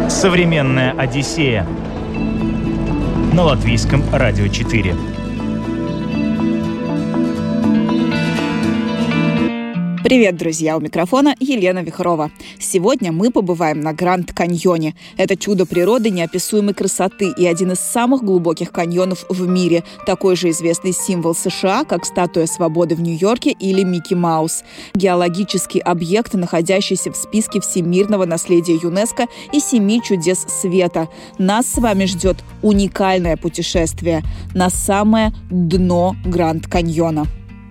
Современная Одиссея на Латвийском радио 4. Привет, друзья! У микрофона Елена Вихрова. Сегодня мы побываем на Гранд-каньоне. Это чудо природы неописуемой красоты и один из самых глубоких каньонов в мире. Такой же известный символ США, как Статуя Свободы в Нью-Йорке или Микки Маус. Геологический объект, находящийся в списке всемирного наследия ЮНЕСКО и 7 чудес света. Нас с вами ждет уникальное путешествие на самое дно Гранд-каньона.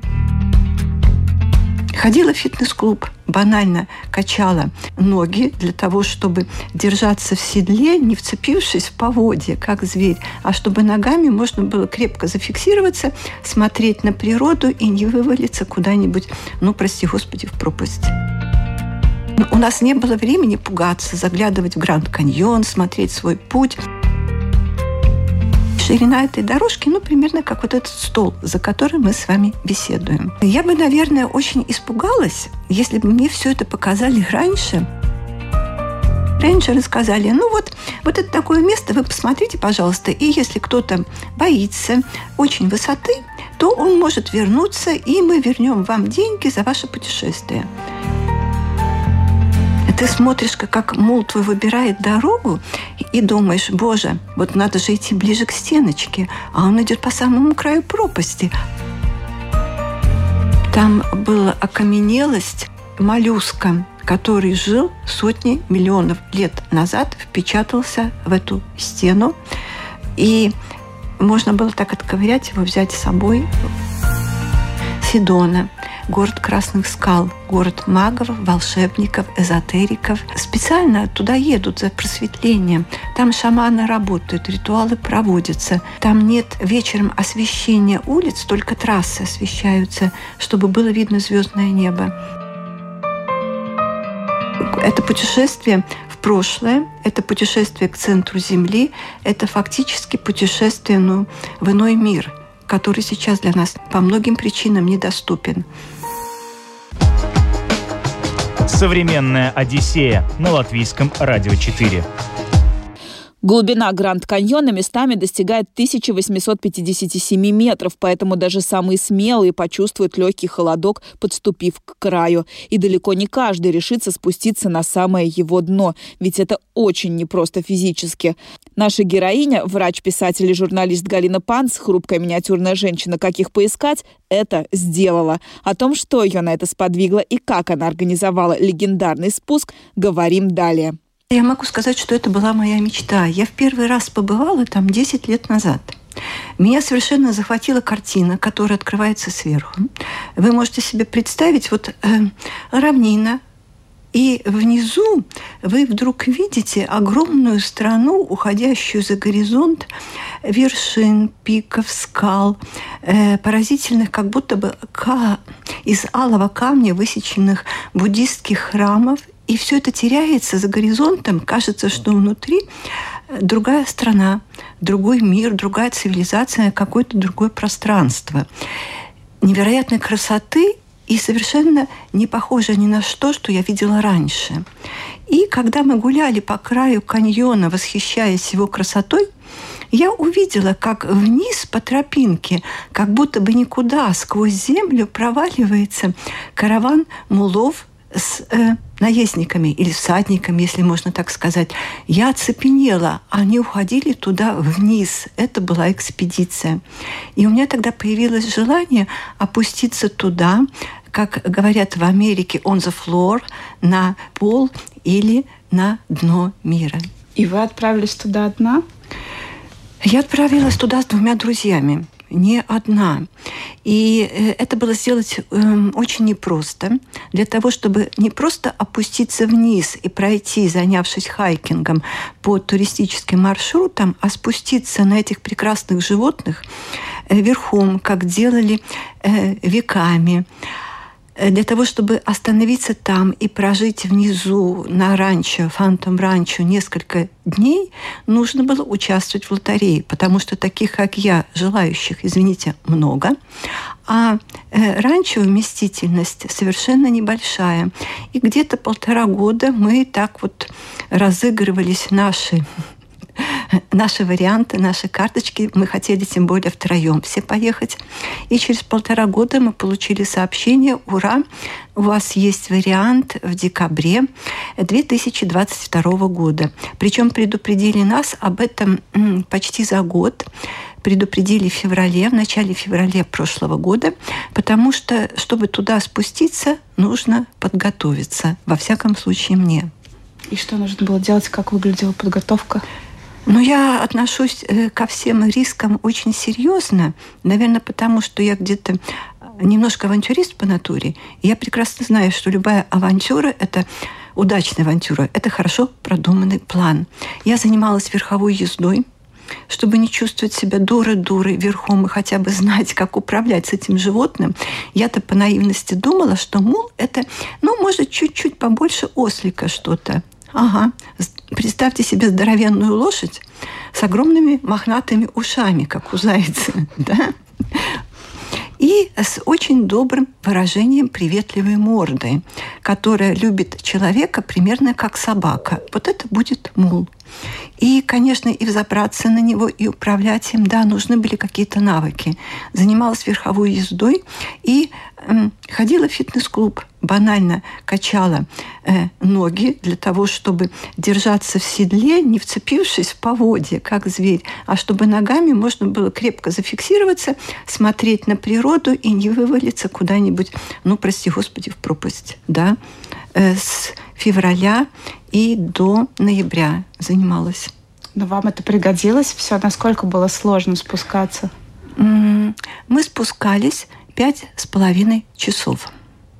Ходила в фитнес-клуб, банально качала ноги для того, чтобы держаться в седле, не вцепившись в поводья, как зверь, а чтобы ногами можно было крепко зафиксироваться, смотреть на природу и не вывалиться куда-нибудь, прости господи, в пропасть. У нас не было времени пугаться, заглядывать в Гранд-каньон, смотреть свой путь. Ширина этой дорожки, примерно как вот этот стол, за которым мы с вами беседуем. Я бы, наверное, очень испугалась, если бы мне все это показали раньше. Рейнджеры сказали, вот это такое место, вы посмотрите, пожалуйста, и если кто-то боится очень высоты, то он может вернуться, и мы вернем вам деньги за ваше путешествие. Ты смотришь, как мул твой выбирает дорогу, и думаешь, боже, вот надо же идти ближе к стеночке, а он идет по самому краю пропасти. Там была окаменелость моллюска, который жил сотни миллионов лет назад, впечатался в эту стену, и можно было так отковырять его, взять с собой. Сидона, город красных скал, город магов, волшебников, эзотериков. Специально туда едут за просветлением. Там шаманы работают, ритуалы проводятся. Там нет вечером освещения улиц, только трассы освещаются, чтобы было видно звездное небо. Это путешествие в прошлое, это путешествие к центру Земли, это фактически путешествие в иной мир, который сейчас для нас по многим причинам недоступен. Современная Одиссея на Латвийском радио 4. Глубина Гранд-каньона местами достигает 1857 метров, поэтому даже самые смелые почувствуют легкий холодок, подступив к краю. И далеко не каждый решится спуститься на самое его дно, ведь это очень непросто физически. Наша героиня, врач, писатель и журналист Галина Панц, хрупкая миниатюрная женщина, как их поискать, это сделала. О том, что ее на это сподвигло и как она организовала легендарный спуск, говорим далее. Я могу сказать, что это была моя мечта. Я в первый раз побывала там 10 лет назад. Меня совершенно захватила картина, которая открывается сверху. Вы можете себе представить, равнина, и внизу вы вдруг видите огромную страну, уходящую за горизонт вершин, пиков, скал, поразительных, как будто бы из алого камня высеченных буддистских храмов. И все это теряется за горизонтом. Кажется, что внутри другая страна, другой мир, другая цивилизация, какое-то другое пространство. Невероятной красоты и совершенно не похоже ни на что я видела раньше. И когда мы гуляли по краю каньона, восхищаясь его красотой, я увидела, как вниз по тропинке, как будто бы никуда, сквозь землю проваливается караван мулов с наездниками или всадниками, если можно так сказать. Я оцепенела. Они уходили туда вниз. Это была экспедиция. И у меня тогда появилось желание опуститься туда, как говорят в Америке, on the floor, на пол или на дно мира. И вы отправились туда одна? Я отправилась туда с 2 друзьями. Не одна. И это было сделать очень непросто. Для того, чтобы не просто опуститься вниз и пройти, занявшись хайкингом по туристическим маршрутам, а спуститься на этих прекрасных животных верхом, как делали веками. Для того, чтобы остановиться там и прожить внизу на ранчо, Фантом Ранчо, несколько дней, нужно было участвовать в лотерее, потому что таких, как я, желающих, извините, много. А ранчо вместительность совершенно небольшая. И где-то 1,5 года мы так вот разыгрывались наши варианты, наши карточки. Мы хотели тем более втроем все поехать. И через 1,5 года мы получили сообщение: ура, у вас есть вариант в декабре 2022 года. Причем предупредили нас об этом почти за год. Предупредили в начале февраля прошлого года, потому что, чтобы туда спуститься, нужно подготовиться. Во всяком случае, мне. И что нужно было делать? Как выглядела подготовка? Я отношусь ко всем рискам очень серьезно. Наверное, потому что я где-то немножко авантюрист по натуре. И я прекрасно знаю, что любая авантюра – это удачная авантюра. Это хорошо продуманный план. Я занималась верховой ездой, чтобы не чувствовать себя дурой верхом и хотя бы знать, как управлять с этим животным. Я-то по наивности думала, что мул – это, может, чуть-чуть побольше ослика что-то. Ага. Представьте себе здоровенную лошадь с огромными мохнатыми ушами, как у зайца, да? И с очень добрым выражением приветливой морды, которая любит человека примерно как собака. Вот это будет мул. И, конечно, и взобраться на него, и управлять им, да, нужны были какие-то навыки. Занималась верховой ездой и ходила в фитнес-клуб. Банально качала ноги для того, чтобы держаться в седле, не вцепившись в поводья, как зверь, а чтобы ногами можно было крепко зафиксироваться, смотреть на природу и не вывалиться куда-нибудь, прости господи, в пропасть, да, с февраля и до ноября занималась. Но вам это пригодилось все? Насколько было сложно спускаться? Мы спускались 5,5 часов.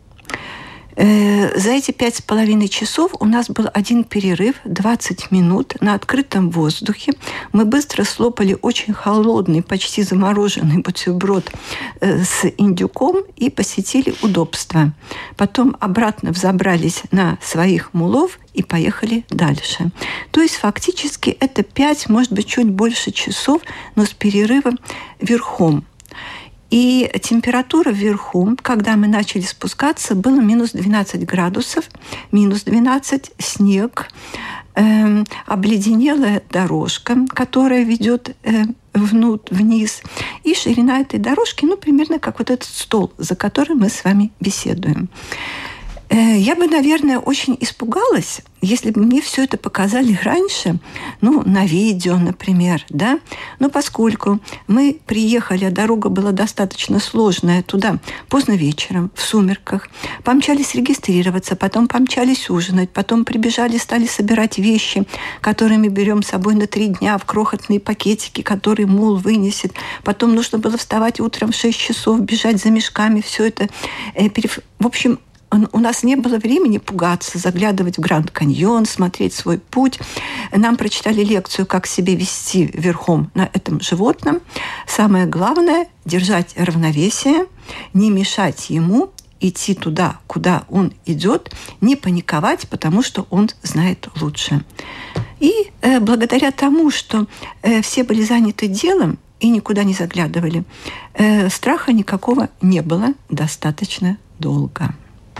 За эти 5,5 часов у нас был один перерыв, 20 минут на открытом воздухе. Мы быстро слопали очень холодный, почти замороженный бутерброд с индюком и посетили удобства. Потом обратно взобрались на своих мулов и поехали дальше. То есть фактически это 5, может быть, чуть больше часов, но с перерывом верхом. И температура вверху, когда мы начали спускаться, было минус 12 градусов, минус 12, снег, обледенелая дорожка, которая ведет вниз. И ширина этой дорожки, примерно как вот этот стол, за которым мы с вами беседуем. Я бы, наверное, очень испугалась, если бы мне все это показали раньше, на видео, например, да. Но поскольку мы приехали, а дорога была достаточно сложная, туда поздно вечером, в сумерках, помчались регистрироваться, потом помчались ужинать, потом прибежали, стали собирать вещи, которые мы берем с собой на 3 дня в крохотные пакетики, которые мул вынесет. Потом нужно было вставать утром в 6 часов, бежать за мешками, все это. В общем, у нас не было времени пугаться, заглядывать в Гранд Каньон, смотреть свой путь. Нам прочитали лекцию, как себя вести верхом на этом животном. Самое главное – держать равновесие, не мешать ему идти туда, куда он идет, не паниковать, потому что он знает лучше. И благодаря тому, что все были заняты делом и никуда не заглядывали, страха никакого не было достаточно долго.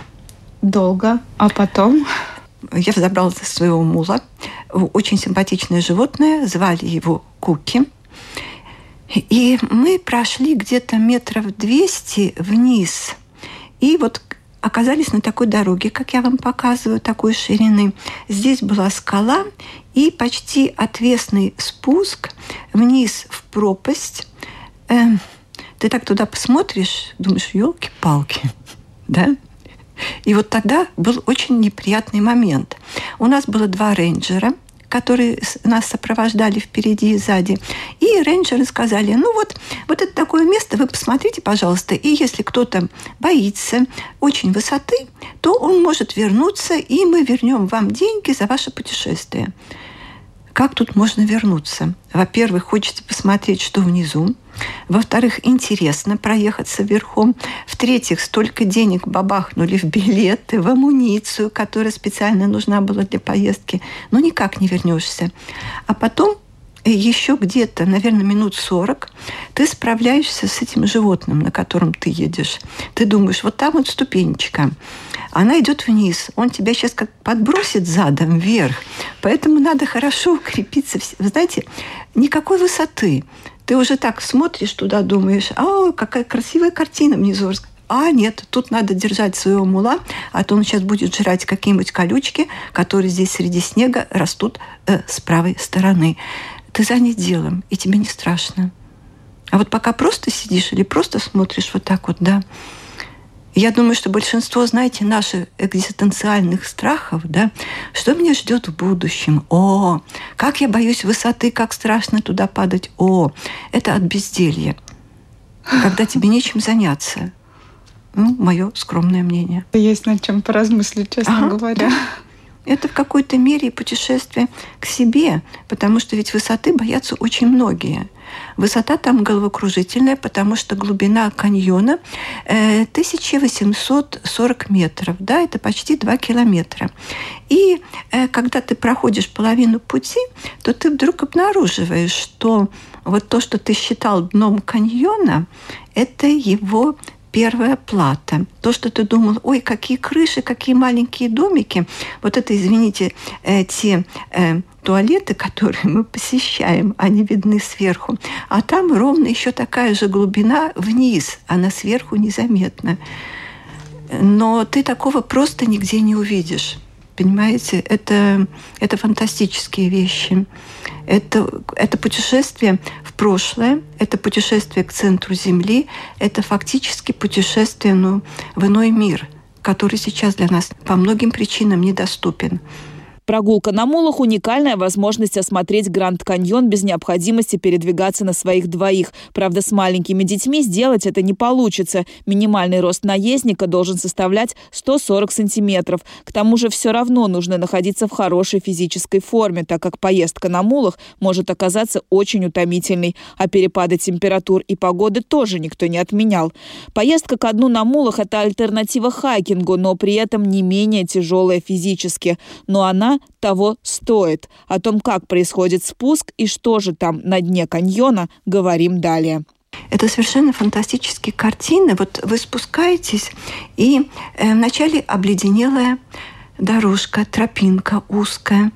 А потом? Я взобралась в своего мула. Очень симпатичное животное. Звали его Куки. И мы прошли где-то 200 метров вниз. И вот оказались на такой дороге, как я вам показываю, такой ширины. Здесь была скала и почти отвесный спуск вниз в пропасть. Ты так туда посмотришь, думаешь, елки-палки, да? И вот тогда был очень неприятный момент. У нас было 2 рейнджера, которые нас сопровождали впереди и сзади. И рейнджеры сказали, вот это такое место, вы посмотрите, пожалуйста, и если кто-то боится очень высоты, то он может вернуться, и мы вернем вам деньги за ваше путешествие. Как тут можно вернуться? Во-первых, хочется посмотреть, что внизу. Во-вторых, интересно проехаться верхом. В-третьих, столько денег бабахнули в билеты, в амуницию, которая специально нужна была для поездки. Но никак не вернешься. А потом еще где-то, наверное, минут 40 ты справляешься с этим животным, на котором ты едешь. Ты думаешь, вот там вот ступенечка. Она идет вниз. Он тебя сейчас как подбросит задом вверх. Поэтому надо хорошо укрепиться. Вы знаете, никакой высоты. Ты уже так смотришь туда, думаешь, какая красивая картина внизу. А нет, тут надо держать своего мула, а то он сейчас будет жрать какие-нибудь колючки, которые здесь среди снега растут с правой стороны. Ты занят делом, и тебе не страшно. А вот пока просто сидишь или просто смотришь вот так вот, да, я думаю, что большинство, знаете, наших экзистенциальных страхов, да, что меня ждет в будущем? Как я боюсь высоты, как страшно туда падать. Это от безделья, когда тебе нечем заняться. Мое скромное мнение. Есть над чем поразмыслить, честно говоря. Это в какой-то мере путешествие к себе, потому что ведь высоты боятся очень многие. Высота там головокружительная, потому что глубина каньона 1840 метров. Да, это почти 2 километра. И когда ты проходишь половину пути, то ты вдруг обнаруживаешь, что вот то, что ты считал дном каньона, это его первая плата. То, что ты думал, какие крыши, какие маленькие домики. Вот это, извините, те туалеты, которые мы посещаем, они видны сверху. А там ровно еще такая же глубина вниз. Она сверху незаметна. Но ты такого просто нигде не увидишь. Понимаете? Это фантастические вещи. Это путешествие в прошлое, это путешествие к центру Земли, это фактически путешествие в иной мир, который сейчас для нас по многим причинам недоступен. Прогулка на мулах – уникальная возможность осмотреть Гранд Каньон без необходимости передвигаться на своих двоих. Правда, с маленькими детьми сделать это не получится. Минимальный рост наездника должен составлять 140 сантиметров. К тому же все равно нужно находиться в хорошей физической форме, так как поездка на мулах может оказаться очень утомительной. А перепады температур и погоды тоже никто не отменял. Поездка ко дну на мулах – это альтернатива хайкингу, но при этом не менее тяжелая физически. Но она того стоит. О том, как происходит спуск и что же там на дне каньона, говорим далее. Это совершенно фантастические картины. Вот вы спускаетесь, и вначале обледенелая дорожка, тропинка узкая,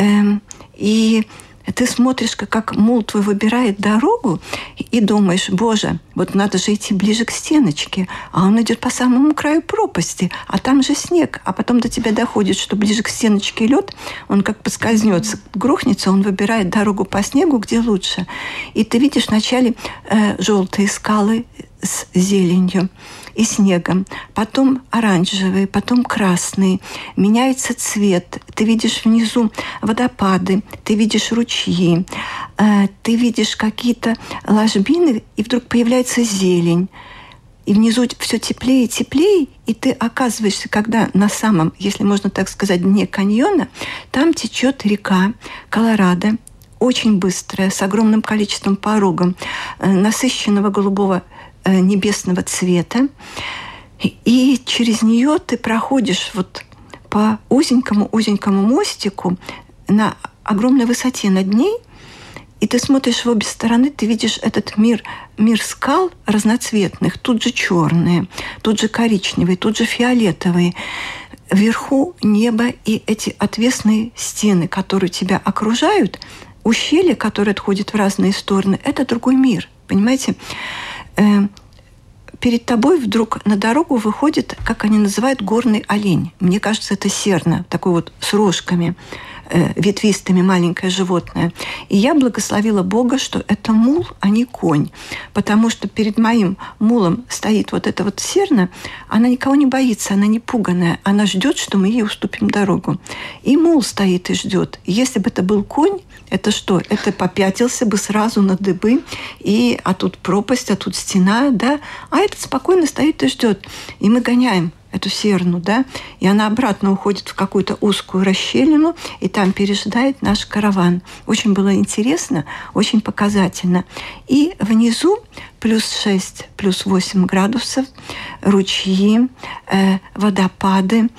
и ты смотришь, как мул твой выбирает дорогу, и думаешь, боже, вот надо же идти ближе к стеночке, а он идет по самому краю пропасти, а там же снег, а потом до тебя доходит, что ближе к стеночке лед, он как поскользнется, грохнется, он выбирает дорогу по снегу, где лучше. И ты видишь вначале желтые скалы с зеленью и снегом, потом оранжевые, потом красные. Меняется цвет. Ты видишь внизу водопады, ты видишь ручьи, ты видишь какие-то ложбины, и вдруг появляется зелень. И внизу все теплее и теплее, и ты оказываешься, когда на самом, если можно так сказать, дне каньона, там течет река Колорадо, очень быстрая, с огромным количеством порогов, насыщенного голубого небесного цвета, и через нее ты проходишь вот по узенькому мостику на огромной высоте над ней, и ты смотришь в обе стороны, ты видишь этот мир скал разноцветных, тут же черные, тут же коричневые, тут же фиолетовые. Вверху небо и эти отвесные стены, которые тебя окружают, ущелья, которые отходят в разные стороны, это другой мир, понимаете? Перед тобой вдруг на дорогу выходит, как они называют, горный олень. Мне кажется, это серна, такой вот с рожками ветвистыми, маленькое животное. И я благословила Бога, что это мул, а не конь. Потому что перед моим мулом стоит вот эта вот серна, она никого не боится, она не пуганая, она ждет, что мы ей уступим дорогу. И мул стоит и ждет. Если бы это был конь, это что? Это попятился бы сразу на дыбы, а тут пропасть, а тут стена, да? А этот спокойно стоит и ждет. И мы гоняем эту серну, да, и она обратно уходит в какую-то узкую расщелину, и там пережидает наш караван. Очень было интересно, очень показательно. И внизу +6, +8 градусов, ручьи, водопады,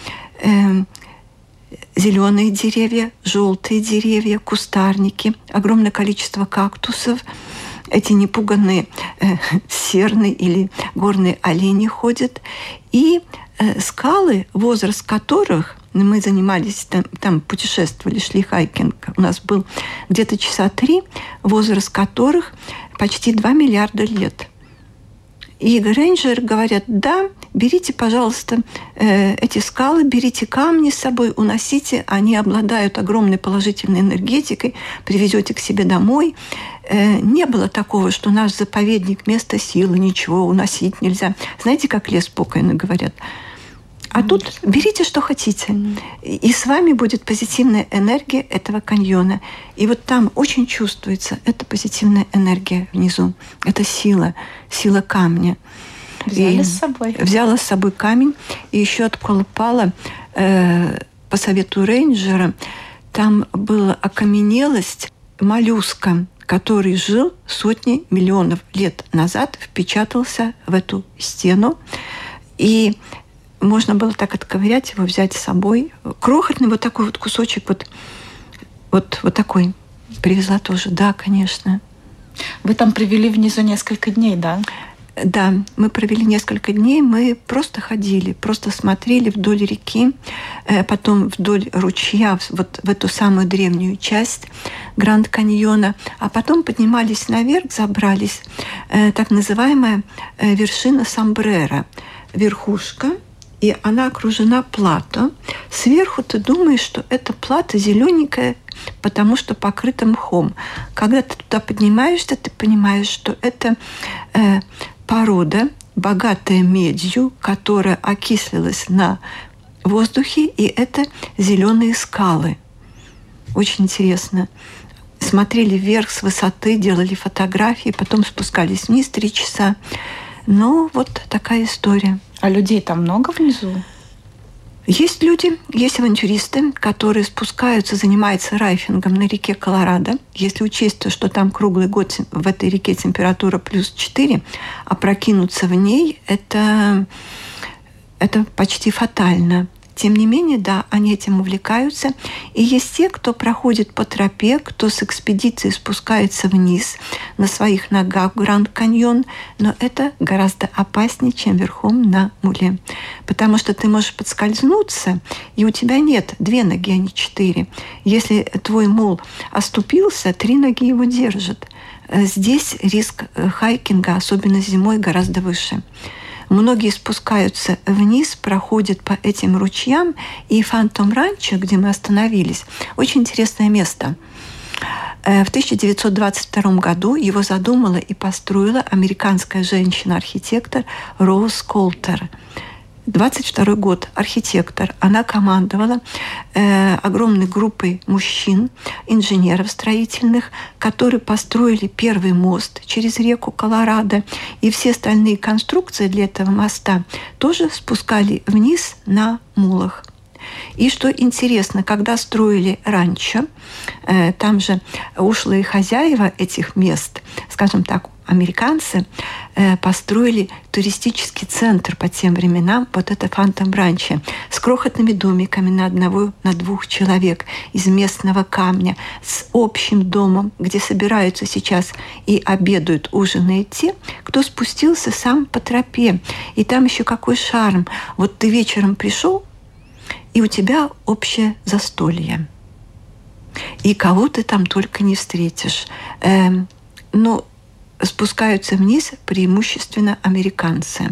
зеленые деревья, желтые деревья, кустарники, огромное количество кактусов. Эти непуганные серны или горные олени ходят. И скалы, возраст которых, мы занимались, там путешествовали, шли хайкинг, у нас был где-то часа 3, возраст которых почти 2 миллиарда лет. И рейнджеры говорят: да, берите, пожалуйста, эти скалы, берите камни с собой, уносите, они обладают огромной положительной энергетикой, привезете к себе домой. Не было такого, что наш заповедник, место силы, ничего уносить нельзя. Знаете, как лес покойный, говорят. А тут берите, что хотите. И с вами будет позитивная энергия этого каньона. И вот там очень чувствуется эта позитивная энергия внизу. Это сила камня. Взяли с собой? Взяла с собой камень. И еще отколупала по совету рейнджера. Там была окаменелость моллюска, который жил сотни миллионов лет назад, впечатался в эту стену. И можно было так отковырять его, взять с собой. Крохотный вот такой вот кусочек, вот такой привезла тоже. Да, конечно. Вы там провели внизу несколько дней, да? Да, мы провели несколько дней, мы просто ходили, просто смотрели вдоль реки, потом вдоль ручья, вот в эту самую древнюю часть Гранд Каньона, а потом поднимались наверх, забрались, так называемая вершина Сомбреро, верхушка, и она окружена плато. Сверху ты думаешь, что это плато зелененькое, потому что покрыто мхом. Когда ты туда поднимаешься, ты понимаешь, что это порода, богатая медью, которая окислилась на воздухе, и это зеленые скалы. Очень интересно. Смотрели вверх с высоты, делали фотографии, потом спускались вниз 3 часа. Ну, вот такая история. А людей там много внизу? Есть люди, есть авантюристы, которые спускаются, занимаются райфингом на реке Колорадо. Если учесть, что там круглый год в этой реке температура +4, а прокинуться в ней это почти фатально. Тем не менее, да, они этим увлекаются. И есть те, кто проходит по тропе, кто с экспедицией спускается вниз на своих ногах в Гранд Каньон. Но это гораздо опаснее, чем верхом на муле. Потому что ты можешь подскользнуться, и у тебя нет 2 ноги, а не 4. Если твой мул оступился, 3 ноги его держат. Здесь риск хайкинга, особенно зимой, гораздо выше. Многие спускаются вниз, проходят по этим ручьям. И Фантом Ранчо, где мы остановились, очень интересное место. В 1922 году его задумала и построила американская женщина-архитектор Роуз Колтер. 22 год, архитектор. Она командовала огромной группой мужчин, инженеров строительных, которые построили первый мост через реку Колорадо. И все остальные конструкции для этого моста тоже спускали вниз на мулах. И что интересно, когда строили ранчо, там же ушлые хозяева этих мест, скажем так, американцы, построили туристический центр по тем временам, вот это Фантом Ранчо, с крохотными домиками на 1-2 человек из местного камня, с общим домом, где собираются сейчас и обедают, ужинают те, кто спустился сам по тропе. И там еще какой шарм. Вот ты вечером пришел, и у тебя общее застолье. И кого ты там только не встретишь. Но спускаются вниз преимущественно американцы.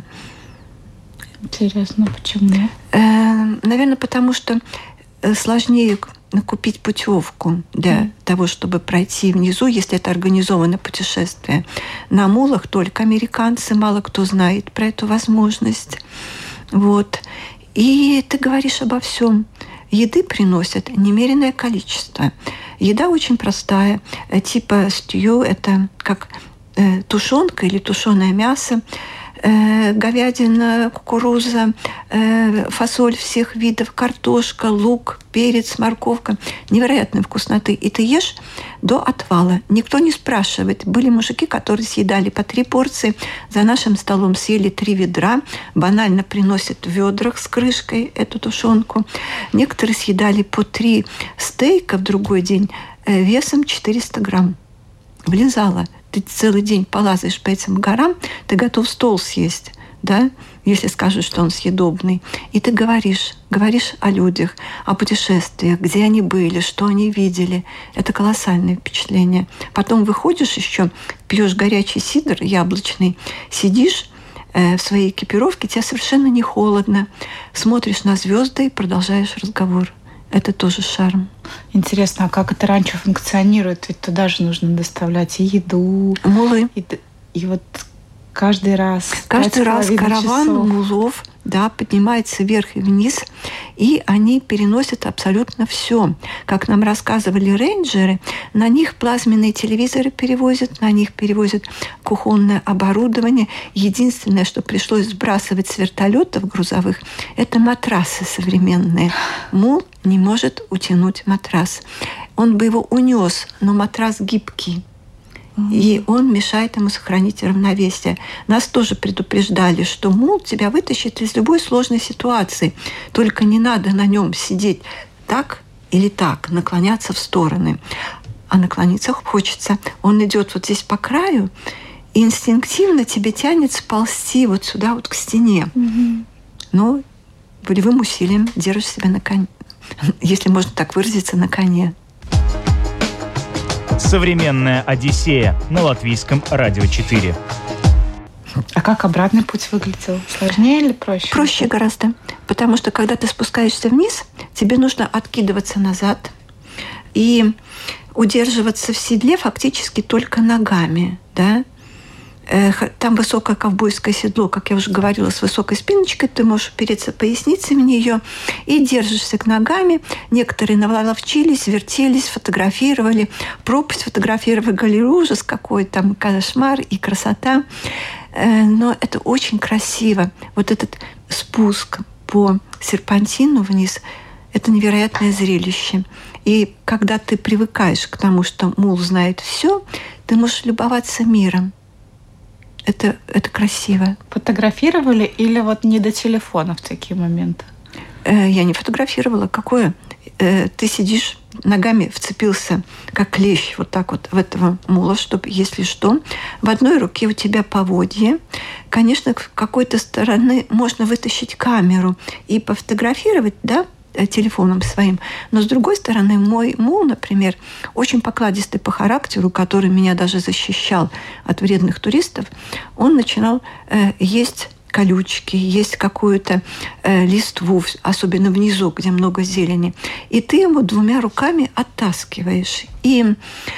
Интересно, почему? Наверное, потому что сложнее купить путевку для того, чтобы пройти внизу, если это организованное путешествие. На мулах только американцы, мало кто знает про эту возможность. Вот. И ты говоришь обо всем. Еды приносят немеренное количество. Еда очень простая, типа стью, это как тушенка или тушеное мясо. говядина, кукуруза, фасоль всех видов, картошка, лук, перец, морковка. Невероятной вкусноты. И ты ешь до отвала. Никто не спрашивает. Были мужики, которые съедали по 3 порции. За нашим столом съели 3 ведра. Банально приносят в ведрах с крышкой эту тушенку. Некоторые съедали по 3 стейка в другой день весом 400 грамм. Влезала. Ты целый день полазаешь по этим горам, ты готов стол съесть, да, если скажут, что он съедобный. И ты говоришь о людях, о путешествиях, где они были, что они видели. Это колоссальное впечатление. Потом выходишь еще, пьешь горячий сидр яблочный, сидишь в своей экипировке, тебе совершенно не холодно, смотришь на звезды и продолжаешь разговор. Это тоже шарм. Интересно, а как это раньше функционирует? Ведь туда же нужно доставлять и еду. Мулы. И вот каждый раз караван мулов, да, поднимается вверх и вниз, и они переносят абсолютно все. Как нам рассказывали рейнджеры, на них плазменные телевизоры перевозят, на них перевозят кухонное оборудование. Единственное, что пришлось сбрасывать с вертолетов грузовых, это матрасы современные. Мул не может утянуть матрас. Он бы его унес, но матрас гибкий. И он мешает ему сохранить равновесие. Нас тоже предупреждали, что мул тебя вытащит из любой сложной ситуации. Только не надо на нем сидеть так или так, наклоняться в стороны. А наклониться хочется. Он идет вот здесь по краю, и инстинктивно тебе тянет сползти вот сюда, вот к стене. Но волевым усилием держишь себя на коне. Если можно так выразиться, на коне. Современная Одиссея на Латвийском радио 4. А как обратный путь выглядел? Сложнее или проще? Проще гораздо. Потому что, когда ты спускаешься вниз, тебе нужно откидываться назад и удерживаться в седле фактически только ногами. Да? Там высокое ковбойское седло, как я уже говорила, с высокой спиночкой. Ты можешь опереться поясницей в нее и держишься ногами. Некоторые наловчились, вертелись, фотографировали. Пропасть фотографировали, ужас какой, там кошмар и красота. Но это очень красиво. Вот этот спуск по серпантину вниз – это невероятное зрелище. И когда ты привыкаешь к тому, что мул знает все, ты можешь любоваться миром. Это красиво. Фотографировали или вот не до телефона в такие моменты? Я не фотографировала. Какое? Ты сидишь, ногами вцепился, как клещ, вот так вот в этого мула, чтобы, если что, в одной руке у тебя поводье. Конечно, с какой-то стороны можно вытащить камеру и пофотографировать, да, телефоном своим. Но, с другой стороны, мой мул, например, очень покладистый по характеру, который меня даже защищал от вредных туристов, он начинал есть колючки, есть какую-то листву, особенно внизу, где много зелени. И ты ему 2 руками оттаскиваешь. И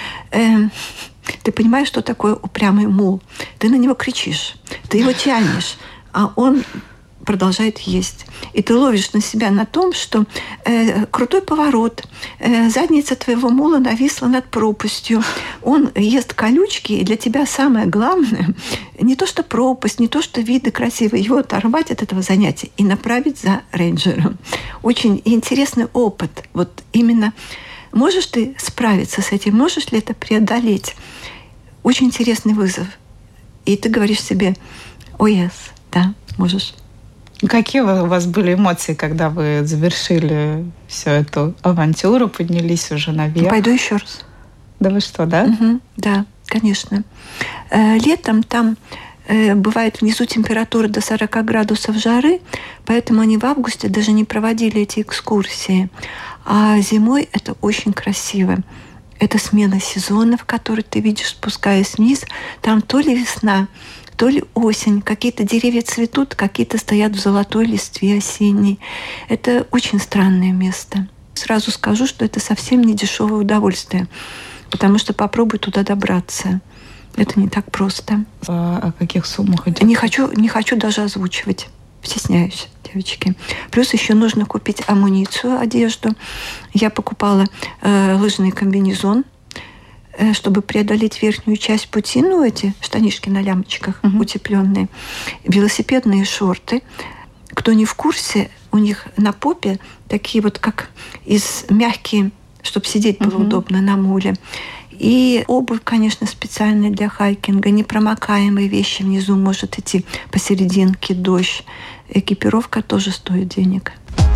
ты понимаешь, что такое упрямый мул. Ты на него кричишь, ты его тянешь, а он продолжает есть. И ты ловишь на себя на том, что крутой поворот, задница твоего мула нависла над пропастью, он ест колючки, и для тебя самое главное не то, что пропасть, не то, что виды красивые, его оторвать от этого занятия и направить за рейнджером. Очень интересный опыт. Вот именно можешь ты справиться с этим, можешь ли это преодолеть? Очень интересный вызов. И ты говоришь себе: «О, yes, да, можешь». Какие у вас были эмоции, когда вы завершили всю эту авантюру, поднялись уже наверх? Пойду еще раз. Да вы что, да? Да, конечно. Летом там бывает внизу температура до 40 градусов жары, поэтому они в августе даже не проводили эти экскурсии. А зимой это очень красиво. Это смена сезонов, которые ты видишь, спускаясь вниз. Там то ли весна, то ли осень. Какие-то деревья цветут, какие-то стоят в золотой листве осенней. Это очень странное место. Сразу скажу, что это совсем не дешевое удовольствие, потому что попробуй туда добраться. Это не так просто. О каких суммах идет? Не хочу даже озвучивать. Стесняюсь, девочки. Плюс еще нужно купить амуницию, одежду. Я покупала лыжный комбинезон, чтобы преодолеть верхнюю часть пути, эти штанишки на лямочках утепленные, велосипедные шорты. Кто не в курсе, у них на попе такие вот как из мягкие, чтобы сидеть было удобно на муле. И обувь, конечно, специальная для хайкинга, непромокаемые вещи внизу, может идти посерединке дождь. Экипировка тоже стоит денег.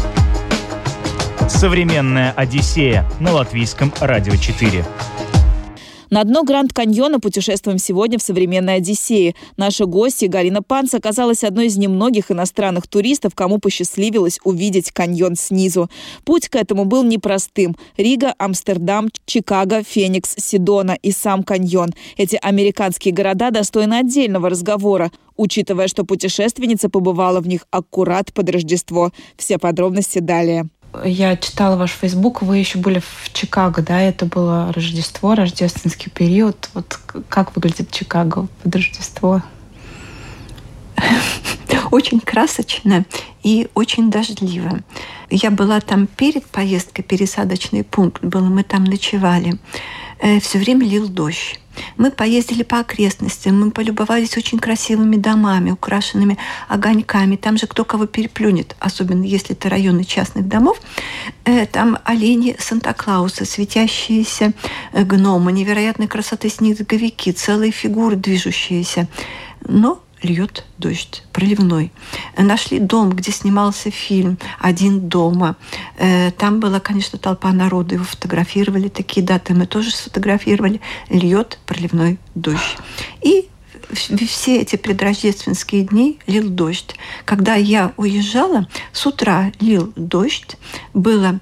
Современная Одиссея на Латвийском радио 4. На дно Гранд-каньона путешествуем сегодня в современной Одиссее. Наша гостья Галина Панц оказалась одной из немногих иностранных туристов, кому посчастливилось увидеть каньон снизу. Путь к этому был непростым. Рига, Амстердам, Чикаго, Феникс, Сидона и сам каньон. Эти американские города достойны отдельного разговора, учитывая, что путешественница побывала в них аккурат под Рождество. Все подробности далее. Я читала ваш Фейсбук, вы еще были в Чикаго, да? Это было Рождество, рождественский период. Вот как выглядит Чикаго под Рождество? Очень красочно и очень дождливо. Я была там перед поездкой, пересадочный пункт был, мы там ночевали. Все время лил дождь. Мы поездили по окрестностям, мы полюбовались очень красивыми домами, украшенными огоньками. Там же кто кого переплюнет, особенно если это районы частных домов. Там олени Санта-Клауса, светящиеся гномы, невероятной красоты снеговики, целые фигуры движущиеся. Но льет дождь, проливной. Нашли дом, где снимался фильм «Один дома». Там была, конечно, толпа народу, его фотографировали, такие даты мы тоже сфотографировали. Льет проливной дождь. И все эти предрождественские дни лил дождь. Когда я уезжала, с утра лил дождь, было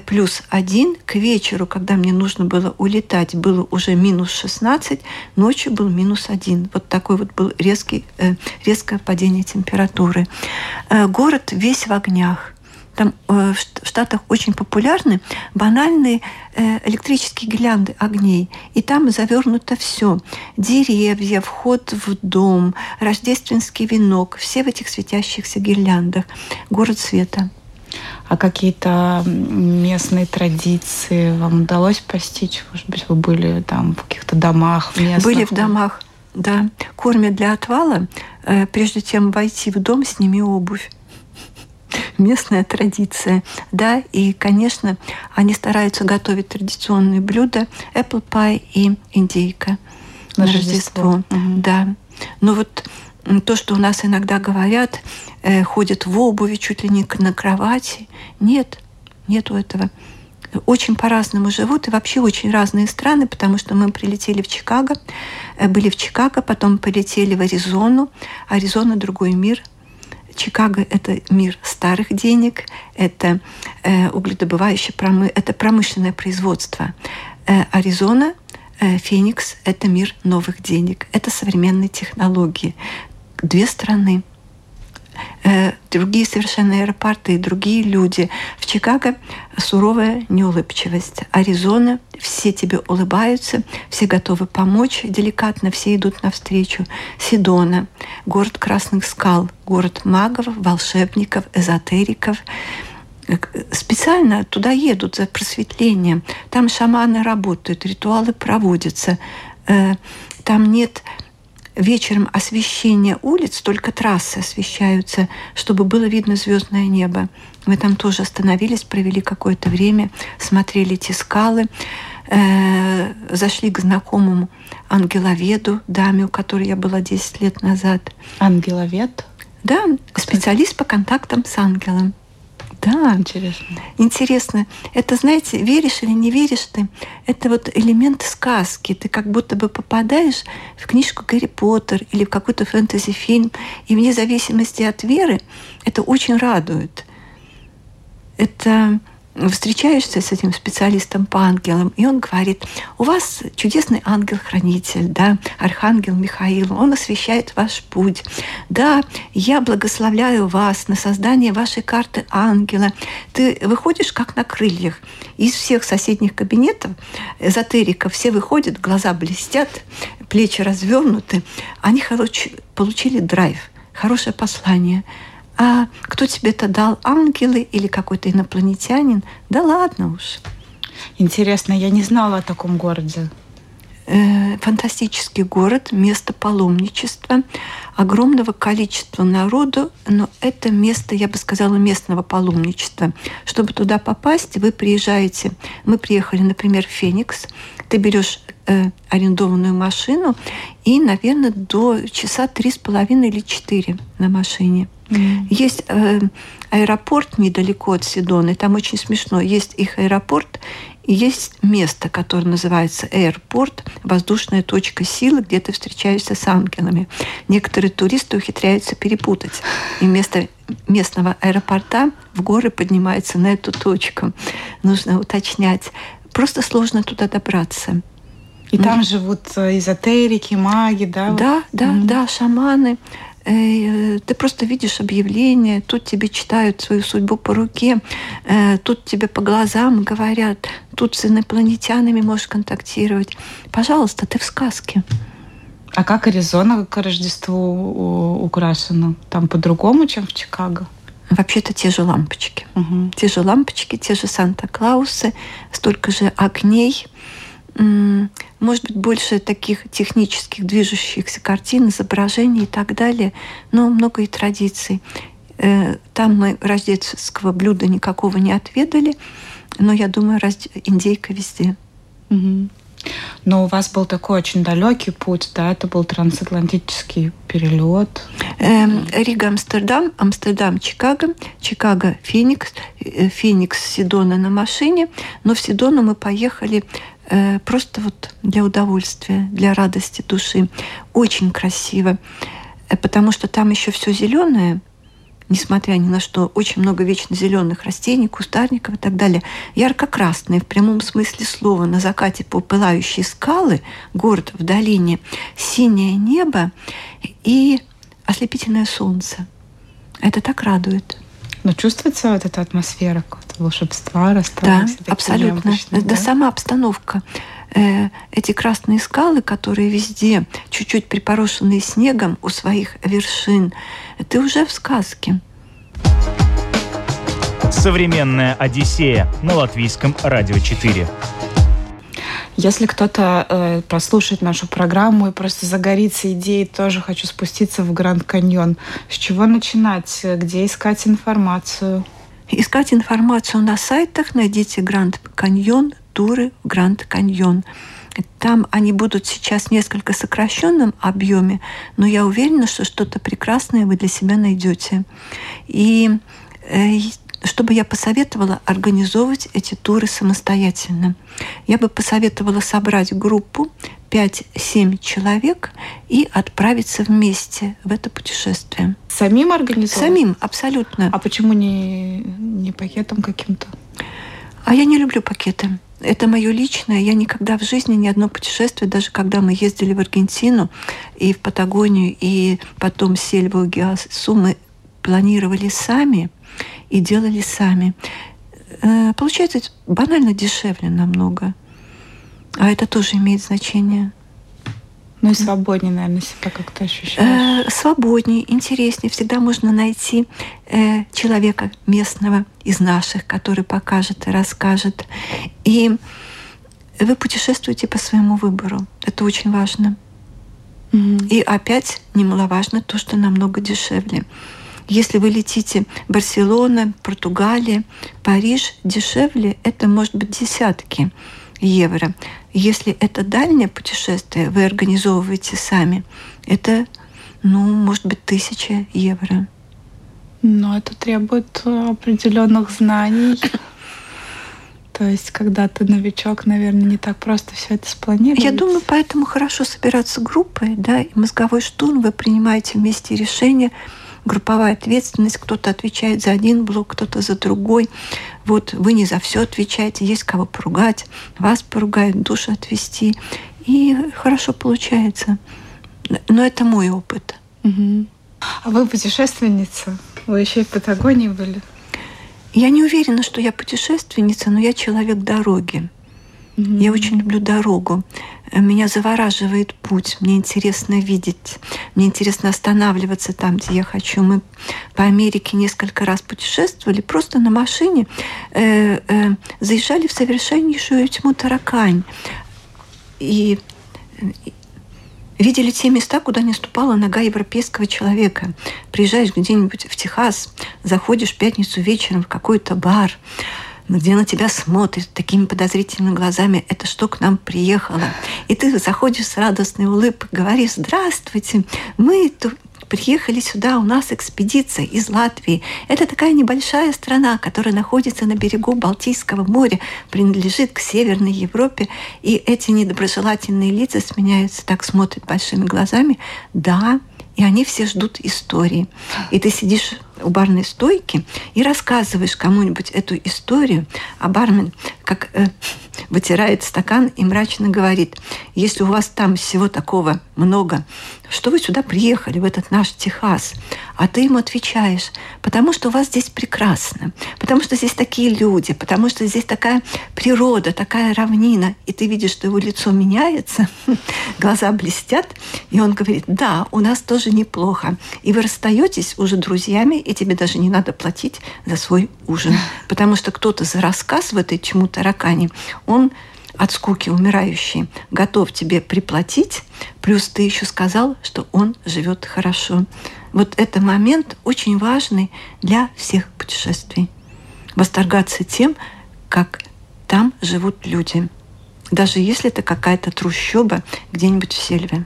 +1, к вечеру, когда мне нужно было улетать, было уже -16, ночью был -1. Вот такой вот был резкое падение температуры. Город весь в огнях. Там в Штатах очень популярны банальные электрические гирлянды огней. И там завернуто все. Деревья, вход в дом, рождественский венок. Все в этих светящихся гирляндах. Город света. А какие-то местные традиции вам удалось постичь? Может быть, вы были там в каких-то домах местных? Были в домах, да. Кормят для отвала. Прежде чем войти в дом, сними обувь. Местная традиция, да, и, конечно, они стараются готовить традиционные блюда, apple pie и индейка на Рождество. Да. Но вот то, что у нас иногда говорят, ходят в обуви чуть ли не на кровати, нету этого. Очень по-разному живут, и вообще очень разные страны, потому что мы прилетели в Чикаго, были в Чикаго, потом полетели в Аризону. Аризона – другой мир. Чикаго – это мир старых денег, это угледобывающее, это промышленное производство. Аризона, Феникс – это мир новых денег, это современные технологии. Две страны. Другие совершенно аэропорты, другие люди. В Чикаго суровая неулыбчивость. Аризона, все тебе улыбаются, все готовы помочь деликатно, все идут навстречу. Сидона, город красных скал, город магов, волшебников, эзотериков. Специально туда едут за просветлением. Там шаманы работают, ритуалы проводятся. Там нет вечером освещение улиц, только трассы освещаются, чтобы было видно звездное небо. Мы там тоже остановились, провели какое-то время, смотрели эти скалы, зашли к знакомому ангеловеду, даме, у которой я была 10 лет назад. Ангеловед? Да, специалист по контактам с ангелом. Да, интересно. Это, знаете, веришь или не веришь ты, это вот элемент сказки. Ты как будто бы попадаешь в книжку «Гарри Поттер» или в какой-то фэнтези-фильм, и вне зависимости от веры это очень радует. Это встречаешься с этим специалистом по ангелам, и он говорит: у вас чудесный ангел-хранитель, да, архангел Михаил, он освещает ваш путь. Да, я благословляю вас на создание вашей карты ангела. Ты выходишь как на крыльях. Из всех соседних кабинетов эзотериков все выходят, глаза блестят, плечи развернуты. Они получили драйв, хорошее послание. А кто тебе это дал, ангелы или какой-то инопланетянин? Да ладно уж. Интересно, я не знала о таком городе. фантастический город, место паломничества, огромного количества народу, но это место, я бы сказала, местного паломничества. Чтобы туда попасть, вы приезжаете, мы приехали, например, в Феникс, ты берешь арендованную машину и, наверное, до часа 3,5 или 4 на машине. Есть аэропорт недалеко от Сидоны, там очень смешно, есть их аэропорт, и есть место, которое называется аэропорт, воздушная точка силы, где ты встречаешься с ангелами. Некоторые туристы ухитряются перепутать. И вместо местного аэропорта в горы поднимаются на эту точку. Нужно уточнять. Просто сложно туда добраться. И там живут эзотерики, маги, да? Да, шаманы. Ты просто видишь объявление, тут тебе читают свою судьбу по руке, тут тебе по глазам говорят, тут с инопланетянами можешь контактировать. Пожалуйста, ты в сказке. А как Аризона к Рождеству украшена? Там по-другому, чем в Чикаго? Вообще-то те же лампочки. Те же лампочки, те же Санта-Клаусы, столько же огней. Может быть, больше таких технических движущихся картин, изображений и так далее, но много и традиций. Там мы рождественского блюда никакого не отведали, но, я думаю, индейка везде. Но у вас был такой очень далекий путь, да? Это был трансатлантический перелет. Рига-Амстердам, Амстердам-Чикаго, Чикаго-Феникс, Феникс-Сидона на машине. Но в Сидону мы поехали просто вот для удовольствия, для радости души. Очень красиво, потому что там еще все зеленое, несмотря ни на что, очень много вечно зеленых растений, кустарников и так далее. Ярко-красные, в прямом смысле слова, на закате пылающие скалы, город в долине, синее небо и ослепительное солнце. Это так радует. Но чувствуется вот эта атмосфера какого-то волшебства, расставания? Да, абсолютно. Да, сама обстановка. Эти красные скалы, которые везде чуть-чуть припорошенные снегом у своих вершин, ты уже в сказке. Современная Одиссея на Латвийском радио 4. Если кто-то прослушает нашу программу и просто загорится идеей, тоже хочу спуститься в Гранд Каньон, с чего начинать? Где искать информацию? Искать информацию на сайтах. Найдите Гранд Каньон, туры в Гранд Каньон. Там они будут сейчас в несколько сокращенном объеме, но я уверена, что что-то прекрасное вы для себя найдете. И что бы я посоветовала, организовывать эти туры самостоятельно. Я бы посоветовала собрать группу 5-7 человек и отправиться вместе в это путешествие. Самим организовать? Самим, абсолютно. А почему не пакетом каким-то? А я не люблю пакеты. Это мое личное. Я никогда в жизни ни одно путешествие, даже когда мы ездили в Аргентину и в Патагонию, и потом Сельву Гиасу, мы планировали сами и делали сами. Получается банально дешевле намного. А это тоже имеет значение. Ну и свободнее, наверное, себя как-то ощущаешь. Свободнее, интереснее. Всегда можно найти человека местного из наших, который покажет и расскажет. И вы путешествуете по своему выбору. Это очень важно. И опять немаловажно то, что намного дешевле. Если вы летите в Барселону, Португалия, Париж, дешевле, это может быть десятки евро. Если это дальнее путешествие, вы организовываете сами, это, может быть, 1000 евро. Но это требует определенных знаний. То есть, когда ты новичок, наверное, не так просто все это спланировать. Я думаю, поэтому хорошо собираться группой, да, и мозговой штурм, вы принимаете вместе решения, групповая ответственность, кто-то отвечает за один блок, кто-то за другой. Вот вы не за все отвечаете, есть кого поругать, вас поругают, душу отвести. И хорошо получается. Но это мой опыт. А вы путешественница? Вы еще и в Патагонии были? Я не уверена, что я путешественница, но я человек дороги. Я очень люблю дорогу. Меня завораживает путь. Мне интересно видеть. Мне интересно останавливаться там, где я хочу. Мы по Америке несколько раз путешествовали. Просто на машине заезжали в совершеннейшую тьму таракань. И видели те места, куда не ступала нога европейского человека. Приезжаешь где-нибудь в Техас, заходишь в пятницу вечером в какой-то бар, где на тебя смотрят такими подозрительными глазами: это что к нам приехало? И ты заходишь с радостной улыбкой, говоришь: здравствуйте, мы тут приехали сюда, у нас экспедиция из Латвии. Это такая небольшая страна, которая находится на берегу Балтийского моря, принадлежит к Северной Европе. И эти недоброжелательные лица сменяются, так смотрят большими глазами. Да, и они все ждут истории. И ты сидишь у барной стойки и рассказываешь кому-нибудь эту историю, а бармен как вытирает стакан и мрачно говорит: если у вас там всего такого много, что вы сюда приехали, в этот наш Техас? А ты ему отвечаешь: потому что у вас здесь прекрасно, потому что здесь такие люди, потому что здесь такая природа, такая равнина. И ты видишь, что его лицо меняется, глаза блестят, и он говорит: да, у нас тоже неплохо. И вы расстаетесь уже друзьями, и тебе даже не надо платить за свой ужин. Потому что кто-то за рассказ в этой чему таракани, он от скуки умирающий готов тебе приплатить, плюс ты еще сказал, что он живет хорошо. Вот этот момент очень важный для всех путешествий. Восторгаться тем, как там живут люди. Даже если это какая-то трущоба где-нибудь в сельве.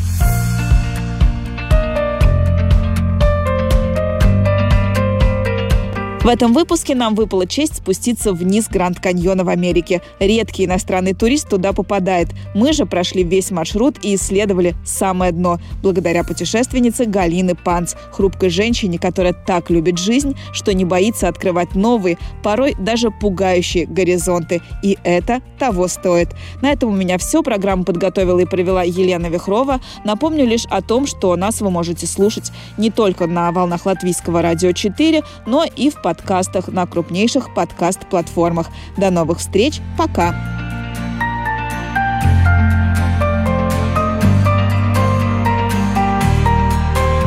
В этом выпуске нам выпала честь спуститься вниз Гранд-каньона в Америке. Редкий иностранный турист туда попадает. Мы же прошли весь маршрут и исследовали самое дно, благодаря путешественнице Галины Панц, хрупкой женщине, которая так любит жизнь, что не боится открывать новые, порой даже пугающие горизонты. И это того стоит. На этом у меня все. Программу подготовила и провела Елена Вихрова. Напомню лишь о том, что нас вы можете слушать не только на волнах Латвийского радио 4, но и в подкастах на крупнейших подкаст-платформах. До новых встреч. Пока!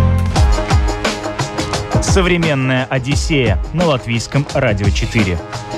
Современная Одиссея на Латвийском радио 4.